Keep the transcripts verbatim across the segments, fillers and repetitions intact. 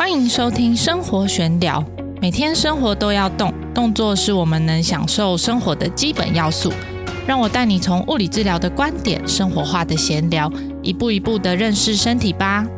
欢迎收听生活玄聊，每天生活都要动，动作是我们能享受生活的基本要素。让我带你从物理治疗的观点，生活化的闲聊，一步一步的认识身体吧。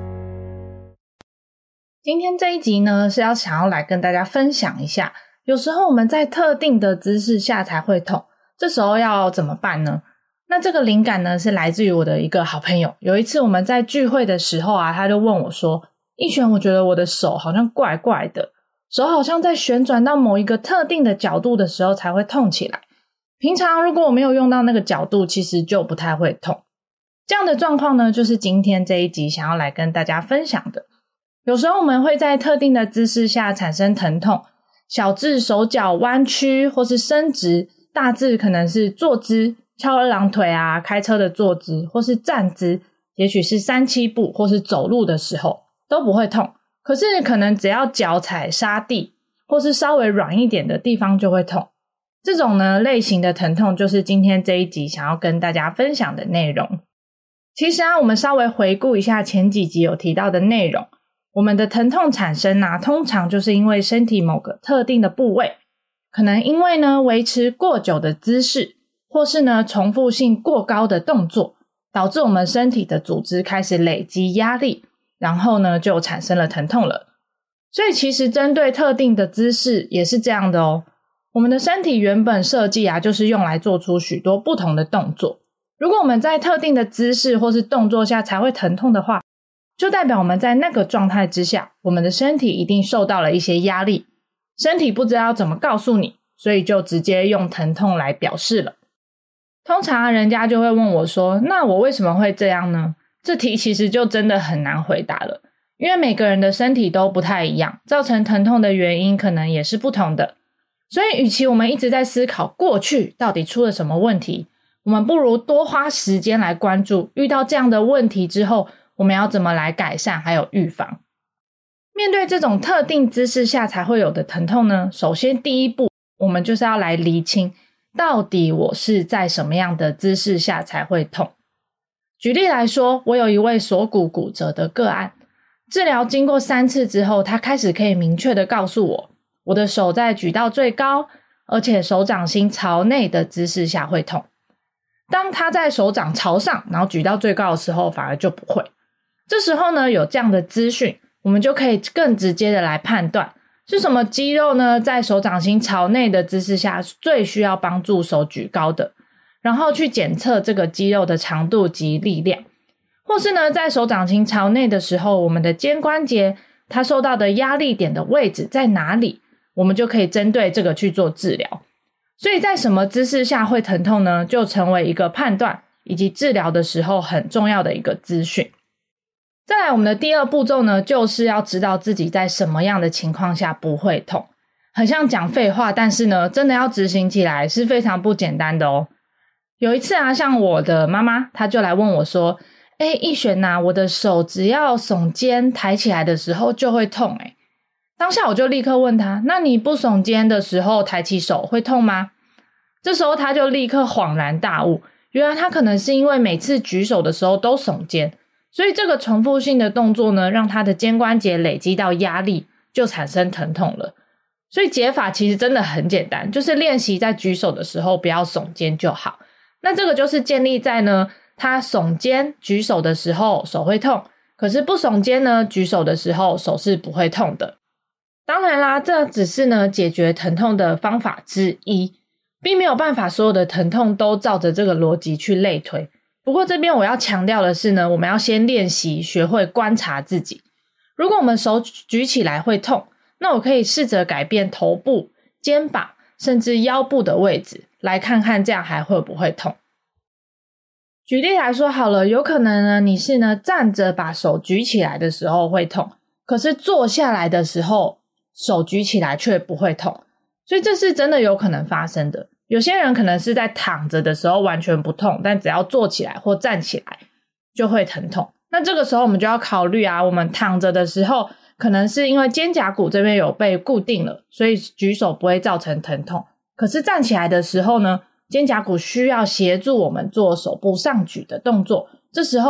今天这一集呢，是要想要来跟大家分享一下，有时候我们在特定的姿势下才会痛，这时候要怎么办呢？那这个灵感呢，是来自于我的一个好朋友。有一次我们在聚会的时候啊，他就问我说，一璇，我觉得我的手好像怪怪的，手好像在旋转到某一个特定的角度的时候才会痛起来，平常如果我没有用到那个角度，其实就不太会痛。这样的状况呢，就是今天这一集想要来跟大家分享的。有时候我们会在特定的姿势下产生疼痛，小至手脚弯曲或是伸直，大至可能是坐姿，翘二郎腿啊，开车的坐姿，或是站姿，也许是三七步或是走路的时候都不会痛。可是可能只要脚踩沙地或是稍微软一点的地方就会痛。这种呢类型的疼痛就是今天这一集想要跟大家分享的内容。其实啊，我们稍微回顾一下前几集有提到的内容，我们的疼痛产生啊，通常就是因为身体某个特定的部位，可能因为呢维持过久的姿势，或是呢重复性过高的动作，导致我们身体的组织开始累积压力，然后呢就产生了疼痛了。所以其实针对特定的姿势也是这样的哦。我们的身体原本设计啊，就是用来做出许多不同的动作。如果我们在特定的姿势或是动作下才会疼痛的话，就代表我们在那个状态之下，我们的身体一定受到了一些压力，身体不知道怎么告诉你，所以就直接用疼痛来表示了。通常人家就会问我说，那我为什么会这样呢？这题其实就真的很难回答了，因为每个人的身体都不太一样，造成疼痛的原因可能也是不同的。所以与其我们一直在思考过去到底出了什么问题，我们不如多花时间来关注遇到这样的问题之后，我们要怎么来改善还有预防。面对这种特定姿势下才会有的疼痛呢，首先第一步我们就是要来厘清到底我是在什么样的姿势下才会痛。举例来说，我有一位锁骨骨折的个案，治疗经过三次之后，他开始可以明确的告诉我，我的手在举到最高，而且手掌心朝内的姿势下会痛。当他在手掌朝上，然后举到最高的时候，反而就不会。这时候呢，有这样的资讯，我们就可以更直接的来判断，是什么肌肉呢，在手掌心朝内的姿势下最需要帮助手举高的，然后去检测这个肌肉的长度及力量。或是呢，在手掌心朝内的时候，我们的肩关节它受到的压力点的位置在哪里，我们就可以针对这个去做治疗。所以在什么姿势下会疼痛呢，就成为一个判断以及治疗的时候很重要的一个资讯。再来，我们的第二步骤呢，就是要知道自己在什么样的情况下不会痛。很像讲废话，但是呢，真的要执行起来是非常不简单的哦。有一次啊，像我的妈妈，她就来问我说，诶，一璇啊，我的手只要耸肩抬起来的时候就会痛诶。当下我就立刻问她，那你不耸肩的时候抬起手会痛吗？这时候她就立刻恍然大悟，原来她可能是因为每次举手的时候都耸肩，所以这个重复性的动作呢，让她的肩关节累积到压力，就产生疼痛了。所以解法其实真的很简单，就是练习在举手的时候不要耸肩就好。那这个就是建立在呢，她耸肩举手的时候手会痛，可是不耸肩呢，举手的时候手是不会痛的。当然啦，这只是呢解决疼痛的方法之一，并没有办法所有的疼痛都照着这个逻辑去类推。不过这边我要强调的是呢，我们要先练习学会观察自己。如果我们手举起来会痛，那我可以试着改变头部、肩膀甚至腰部的位置，来看看这样还会不会痛。举例来说好了，有可能呢你是呢站着把手举起来的时候会痛，可是坐下来的时候手举起来却不会痛，所以这是真的有可能发生的。有些人可能是在躺着的时候完全不痛，但只要坐起来或站起来就会疼痛。那这个时候我们就要考虑啊，我们躺着的时候可能是因为肩胛骨这边有被固定了，所以举手不会造成疼痛。可是站起来的时候呢，肩胛骨需要协助我们做手部上举的动作，这时候呢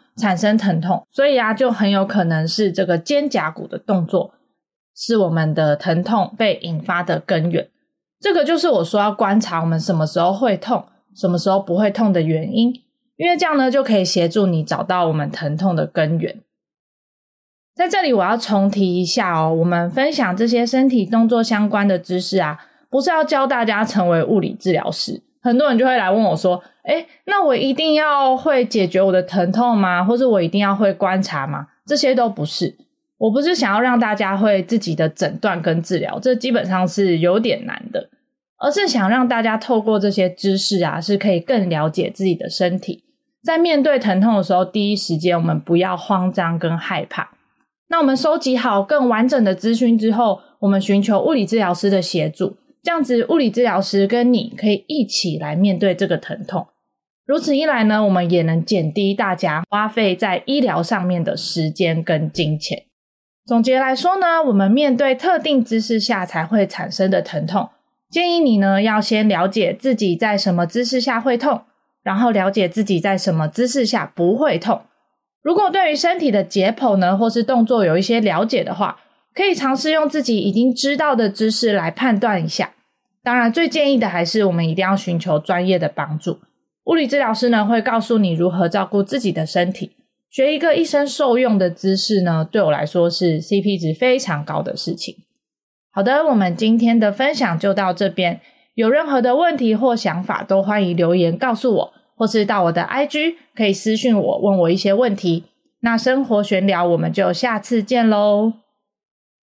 产生疼痛，所以啊就很有可能是这个肩胛骨的动作是我们的疼痛被引发的根源。这个就是我说要观察我们什么时候会痛，什么时候不会痛的原因，因为这样呢就可以协助你找到我们疼痛的根源。在这里我要重提一下哦，我们分享这些身体动作相关的知识啊，不是要教大家成为物理治疗师。很多人就会来问我说，诶，那我一定要会解决我的疼痛吗？或是我一定要会观察吗？这些都不是。我不是想要让大家会自己的诊断跟治疗，这基本上是有点难的，而是想让大家透过这些知识啊，是可以更了解自己的身体，在面对疼痛的时候，第一时间我们不要慌张跟害怕。那我们收集好更完整的资讯之后，我们寻求物理治疗师的协助，这样子物理治疗师跟你可以一起来面对这个疼痛。如此一来呢，我们也能减低大家花费在医疗上面的时间跟金钱。总结来说呢，我们面对特定姿势下才会产生的疼痛，建议你呢要先了解自己在什么姿势下会痛，然后了解自己在什么姿势下不会痛。如果对于身体的解剖呢或是动作有一些了解的话，可以尝试用自己已经知道的知识来判断一下。当然最建议的还是我们一定要寻求专业的帮助。物理治疗师呢会告诉你如何照顾自己的身体，学一个一生受用的姿势呢，对我来说是 C P 值非常高的事情。好的，我们今天的分享就到这边，有任何的问题或想法都欢迎留言告诉我，或是到我的 I G 可以私讯我问我一些问题。那生活玄聊我们就下次见咯。